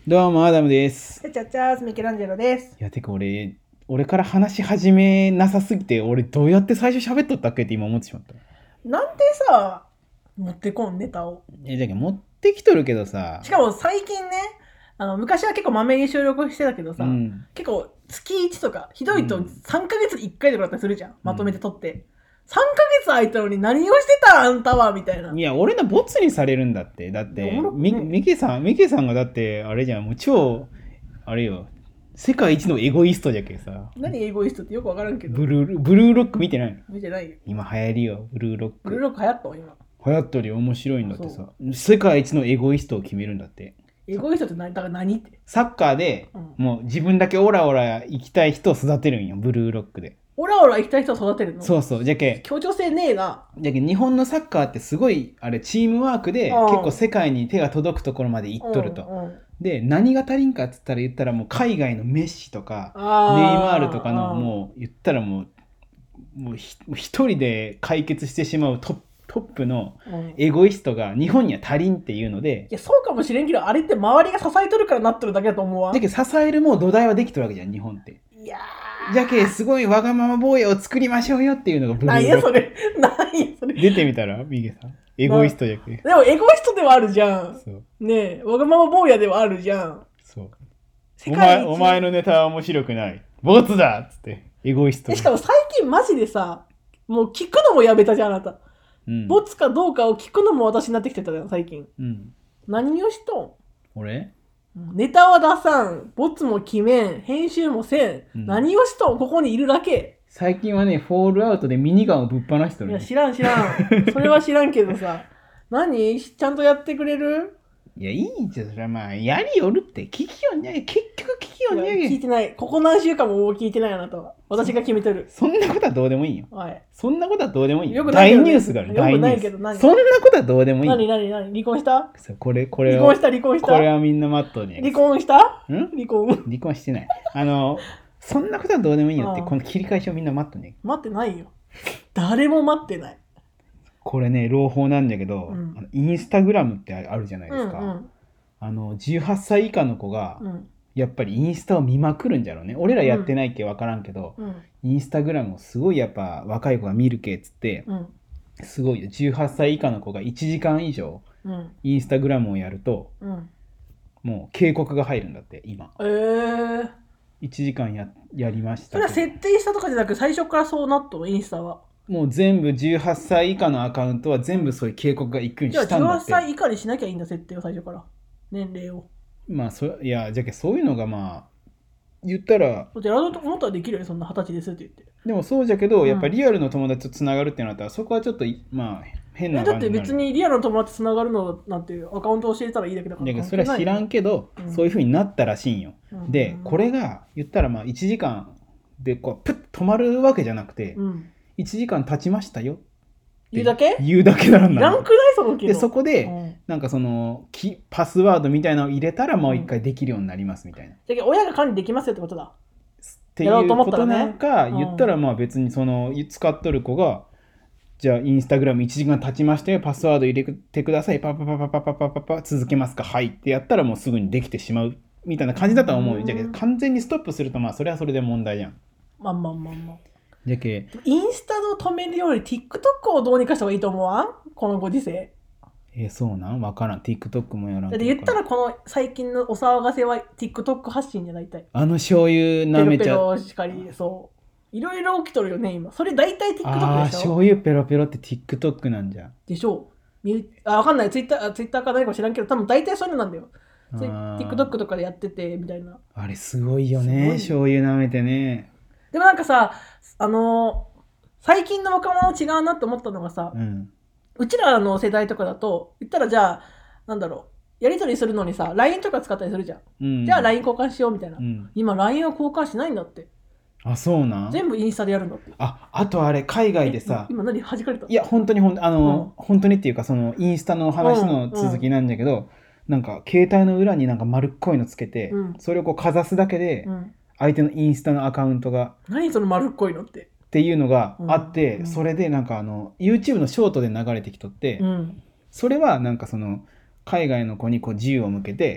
どうもアダムです。 チャチャーズミケランジェロです。 いやてか俺から話し始めなさすぎて、俺どうやって最初喋っとったっけって今思ってしまった。 なんでさ、持ってこんネタを。 じゃけ持ってきとるけどさ。 しかも最近ね、昔は結構まめに収録してたけどさ、結構月1とか、ひどいと3ヶ月に1回とかだったりするじゃん。まとめて撮って。3ヶ月空いたのに何をしてたあんたはみたいな。 いや、俺のボツにされるんだって。だって、ミケさんがだって、あれじゃん、もう超、あれよ、世界一のエゴイストじゃけさ。 何エゴイストってよくわからんけど。 ブルーロック見てない？ 見てないよ。 今流行りよ、ブルーロック。 ブルーロック流行ったわ、今。 流行ったり面白いんだってさ。世界一のエゴイストを決めるんだって。 エゴイストって何だから何って。 サッカーで、もう自分だけオラオラ行きたい人を育てるんよ、ブルーロックで。 オラオラ行きたい人を育てるの？ そうそう。じゃけ、 協調性ねえな。 じゃけ日本のサッカーってすごい、あれ、チームワークで、結構世界に手が届くところまで行っとると。で、何が足りんかっつったら言ったらもう海外のメッシとか、ネイマールとかのもう言ったらもう一人で解決してしまうトップのエゴイストが日本には足りんっていうので、 いやそうかもしれんけど、あれって周りが支えとるからなっとるだけだと思うわ。 だけど支えるもう土台はできとるわけじゃん、日本って。 いやじゃけすごいわがまま坊やを作りましょうよっていうのがブルーロック。 何やそれ。何やそれ。 出てみたらミゲさんエゴイストじゃけ。 でもエゴイストではあるじゃん。そうねえ、わがまま坊やではあるじゃん。 そう。お前のネタは面白くない。ボツだっつってエゴイスト。 しかも最近マジでさ、もう聞くのもやめたじゃん、あなた。ボツかどうかを聞くのも私になってきてたじゃん、最近。何をしとん？俺？ネタは出さん、ボツも決めん、編集もせん、何をしとん？ここにいるだけ。 最近はね、フォールアウトでミニガンをぶっ放してる、 いや、知らん。それは知らんけどさ。何？ちゃんとやってくれる？ いや、いいんじゃん。それはまあ、やりよるって。聞きよんにゃげ。結局聞きよんにゃげ。 聞いてない。ここ何週間も聞いてないあなたは。私が決めてる。 そんなことはどうでもいいよ。はい。そんなことはどうでもいいよ。大ニュースがある。 よくないけど何？ そんなことはどうでもいい。 何離婚した？ これ離婚したこれはみんな待っとるね。 離婚した？離婚してない。そんなことはどうでもいいよって、この切り返しをみんな待っとね。 待ってないよ。誰も待ってない。 これね、朗報なんだけど、インスタグラムってあるじゃないですか。18歳以下の子が、やっぱりインスタを見まくるんじゃろうね。俺らやってないっけ分からんけど、インスタグラムをすごいやっぱ若い子が見るけっつって、すごいよ。18歳以下の子が1時間以上、インスタグラムをやると、もう警告が入るんだって、今。1時間やりました。 それは設定したとかじゃなく最初からそうなっと、インスタは。 もう全部18歳以下のアカウントは全部そういう警告が行くようにしたんだって。 じゃあ18歳以下にしなきゃいいんだ、設定を最初から。年齢を。 まあいや、じゃけそういうのがまあ言ったらやろうと思ったらできるよね、そんな20歳ですって言って。 でもそうじゃけど、やっぱりリアルの友達とつながるってなったらそこはちょっとまあ変な感じになる。だって別にリアルの友達とつながるのなんてアカウント教えたらいいだけだから。 だけどそれは知らんけど、そういう風になったらしいんよ。でこれが言ったらまあ1時間でこうプッと止まるわけじゃなくて、1時間経ちましたよ。 言うだけなんだ。 ランクないそのでそこで、なんかそのパスワードみたいなのを入れたらもう一回できるようになりますみたいな。 だけど親が管理できますよってことだ。 っていうことなんか言ったらまあ別にその使っとる子がじゃあインスタグラム1時間経ちましたよ、パスワード入れてください、パパパパパパパパパ続けますか、はいってやったらもうすぐにできてしまうみたいな感じだとは思うよ。じゃけど完全にストップするとまあそれはそれで問題じゃん。 まあ。 じゃけインスタを止めるより TikTok をどうにかした方がいいと思わん？このご時世。 そうなん？わからん。TikTok もやらん。 だって言ったらこの最近のお騒がせは TikTok 発信じゃないたい。 醤油舐めちゃう。 ペロペロしかり、そう。いろいろ起きとるよね、今。それ大体 TikTok でしょ？ 醤油ペロペロって TikTok なんじゃ。 でしょう。わかんない。Twitter か何か知らんけど、多分大体そういうのなんだよ。TikTok とかでやってて、みたいな。 あれすごいよね。醤油舐めてね。 でもなんかさ、最近の若者違うなって思ったのがさ、うちらの世代とかだと、言ったらじゃあ、なんだろう、やり取りするのにさ、LINE とか使ったりするじゃん。じゃあ LINE 交換しようみたいな。今 LINE は交換しないんだって。 そうなん？ 全部インスタでやるんだって。 あとあれ、海外でさ、 今何弾かれた？ いや、本当に本当にっていうか、そのインスタの話の続きなんだけど、なんか携帯の裏になんか丸っこいのつけて、それをこうかざすだけで、相手のインスタのアカウントが。 何その丸っこいのって。 っていうのがあって、それでなんかYouTube のショートで流れてきとって、それはなんかその海外の子にこう銃を向けて、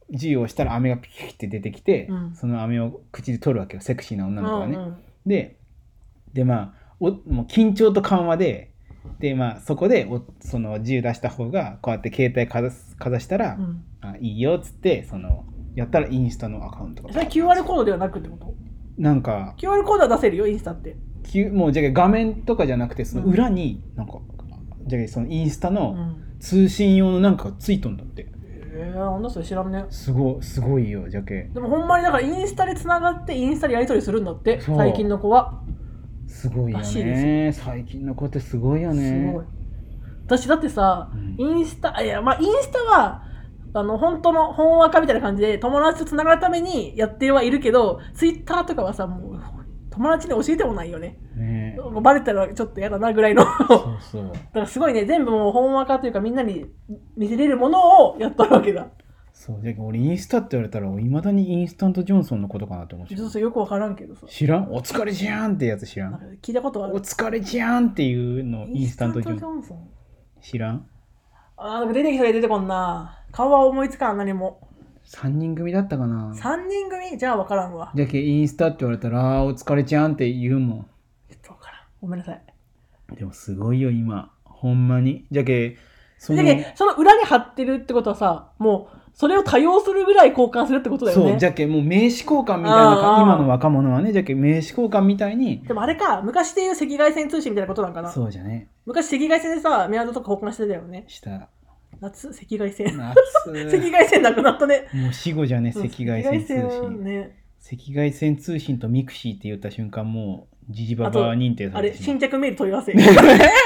銃を押したら飴がピューって出てきて、その飴を口で取るわけよ、セクシーな女の子がね。でまあもう緊張と緩和でまあそこでその銃出した方がこうやって携帯かざしたら、あいいよっつってやったらインスタのアカウントが。 それ QR コードではなくってこと？ なんか QR コードは出せるよ、インスタって。 もうじゃあ画面とかじゃなくてその裏になんか、じゃあそのインスタの通信用のなんかがついとんだって。 なんだそれ知らんね。 すごいよじゃけ。 でもほんまにだからインスタでつながってインスタでやり取りするんだって、最近の子は。 すごいよね。最近の子ってすごいよね。すごい。 私だってさ、インスタは本当の本若みたいな感じで友達とつながるためにやってはいるけど、ツイッターとかはさ、もう友達に教えてもないよね。バレたらちょっとやだなぐらいの。そうだからすごいね、全部もう本若というかみんなに見せれるものをやったわけだ。 そうで俺インスタって言われたらいまだにインスタントジョンソンのことかなと思って。 よくわからんけどさ。 知らん？お疲れじゃんってやつ知らん？ 聞いたことある。 お疲れじゃんっていうのインスタントジョンソン。知らん？ なんか出てきたら出てこんな。顔は思いつかん何も。 3人組だったかな。 3人組？じゃあ分からんわ。 じゃけインスタって言われたらお疲れちゃんって言うもん。 ちょっと分からん。ごめんなさい。 でもすごいよ今。ほんまに。じゃけその裏に貼ってるってことはさ、もうそれを多用するぐらい交換するってことだよね。 そうじゃけもう名刺交換みたいな今の若者はね、じゃけ名刺交換みたいに。 でもあれか、昔でいう赤外線通信みたいなことなんかな。 そうじゃね。 昔赤外線でさ、メアドとか交換してたよね。 した。 赤外線。赤外線なくなったね。 もう死後じゃね、赤外線通信。ね、赤外線通信とミクシーって言った瞬間、もうジジババ認定されてしまう。 あれ、新着メール問い合わせ。 懐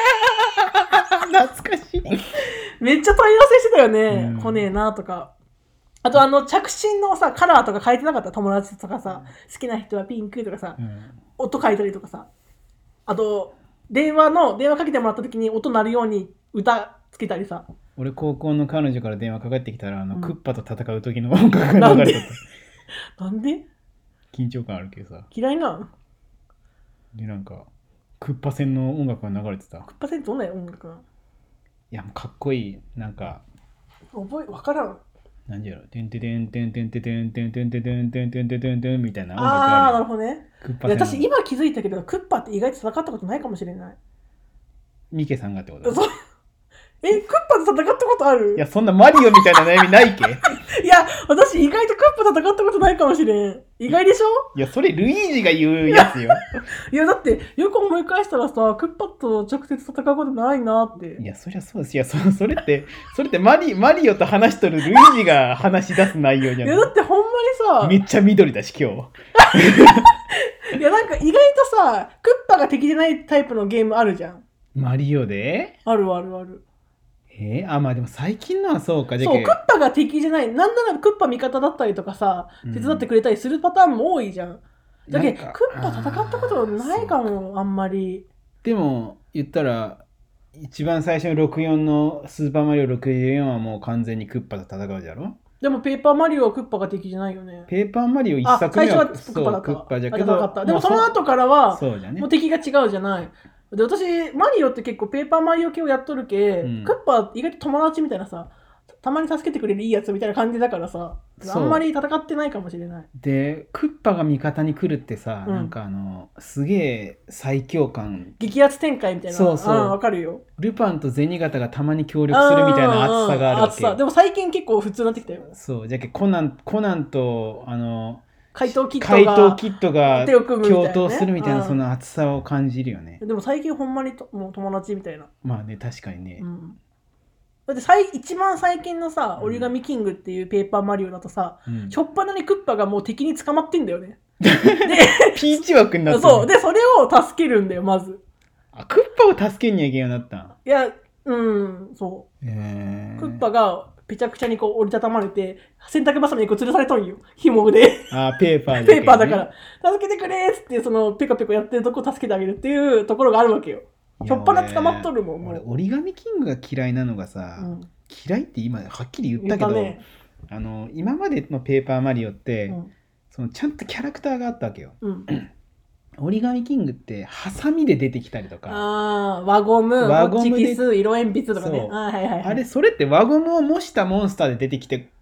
かしい。 めっちゃ問い合わせしてたよね。来ねえなとか。あと着信のさ、カラーとか変えてなかった？友達とかさ、好きな人はピンクとかさ、音変えたりとかさ。あと、電話かけてもらった時に音鳴るように歌つけたりさ。 俺高校の彼女から電話かかってきたらクッパと戦う時の音楽が流れてた。なんで？ 緊張感あるけどさ。 嫌いな。 でなんかクッパ戦の音楽が流れてた。 クッパ戦ってどんな音楽なの？ いやもうかっこいいなんか。 分からん。 なんじゃろてんててんてんてんてんてんてんてんてんてんてんてんてんてんてんみたいな音楽ある。なるほどね。私今気づいたけどクッパって意外と戦ったことないかもしれない。 ミケさんがってこと？ クッパと戦ったことある？ いや、そんなマリオみたいな悩みないけいや、私意外とクッパと戦ったことないかもしれん。意外でしょ？ いや、それルイージが言うやつよ。 いや、だってよく思い返したらさ、クッパと直接戦うことないなって。 いや、そりゃそうです。いや、それってマリオと話しとるルイージが話し出す内容じゃん。 いや、だってほんまにさ、 めっちゃ緑だし、今日。 いや、なんか意外とさ、クッパが敵じゃないタイプのゲームあるじゃん。 マリオで？ あるあるある。 まあでも最近のはそうか。 そう、クッパが敵じゃない。なんならクッパ味方だったりとかさ、手伝ってくれたりするパターンも多いじゃん。だけどクッパ戦ったことないかも、あんまり。 でも言ったら一番最初の64のスーパーマリオ64はもう完全にクッパと戦うじゃろ。 でもペーパーマリオはクッパが敵じゃないよね。 ペーパーマリオ一作目は最初はクッパじゃけど、 でもその後からはそうじゃね、 もう敵が違うじゃない。で私マリオって結構ペーパーマリオ系をやっとるけ、クッパ意外と友達みたいなさ、たまに助けてくれるいいやつみたいな感じだからさ、あんまり戦ってないかもしれない。 でクッパが味方に来るってさ、なんかすげえ最強感、 激アツ展開みたいな。そうわかるよ。 ルパンと銭形がたまに協力するみたいな熱さがあるわけよ。 でも最近結構普通になってきたよ。 そうじゃけコナンと怪盗キットが共闘するみたいな、その熱さを感じるよね。 でも最近ほんまにもう友達みたいな。 まあね、確かにね。 だって一番最近のさ、折り紙キングっていうペーパーマリオだとさ、しょっぱなにクッパがもう敵に捕まってんだよね。でピーチ枠になってる。 そうでそれを助けるんだよまず。 クッパを助けにはいけんようになったん？ いやそう。クッパがぺちゃくちゃにこう折りたたまれて洗濯バサミにこう吊るされとんよ、紐で。 ペーパーペーパーだから助けてくれーっつってそのペコペコやってるとこ助けてあげるっていうところがあるわけよ。しょっぱな捕まっとるもん。 俺折り紙キングが嫌いなのがさ、嫌いって今はっきり言ったけど、ね、今までのペーパーマリオって、そのちゃんとキャラクターがあったわけよ。折り紙キングってハサミで出てきたりとか、 輪ゴム、ホッチキス、色鉛筆とかね。 あれそれって輪ゴムを模したモンスターで出てきて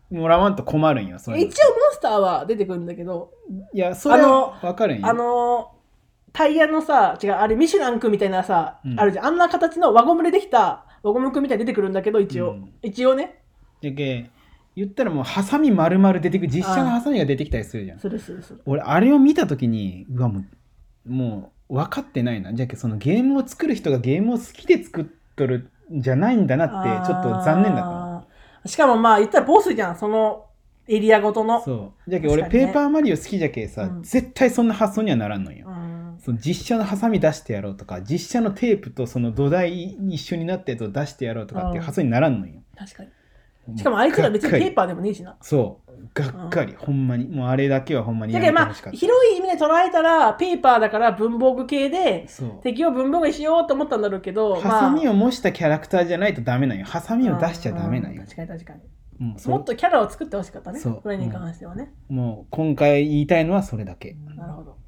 もらわんと困るんよ。 一応モンスターは出てくるんだけど、 いやそれは分かるんよ。タイヤのさ、違う、あれミシュラン君みたいなさ、あるじゃん。あんな形の輪ゴムでできた輪ゴム君みたいに出てくるんだけど、一応ね。 じゃけ言ったらもうハサミ丸々出てくる、実写のハサミが出てきたりするじゃん。 する。 俺あれを見た時にもう分かってないな。じゃけそのゲームを作る人がゲームを好きで作っとるんじゃないんだなってちょっと残念だったな。 しかもまあ言ったらボスじゃん、そのエリアごとの。 そうじゃけ俺ペーパーマリオ好きじゃけさ、絶対そんな発想にはならんのよ。その実写のハサミ出してやろうとか、実写のテープとその土台一緒になったやつを出してやろうとかっていう発想にならんのよ。 確かに。しかもあいつら別にペーパーでもねえしな。 そうがっかり、ほんまにもうあれだけはほんまにやめてほしかった。広い意味で捉えたらペーパーだから文房具系で敵を文房具にしようと思ったんだろうけど、 ハサミを模したキャラクターじゃないとダメなんよ。ハサミを出しちゃダメなんよ。 確かに、もっとキャラを作ってほしかったね。それに関してはね。 もう今回言いたいのはそれだけ。 なるほど。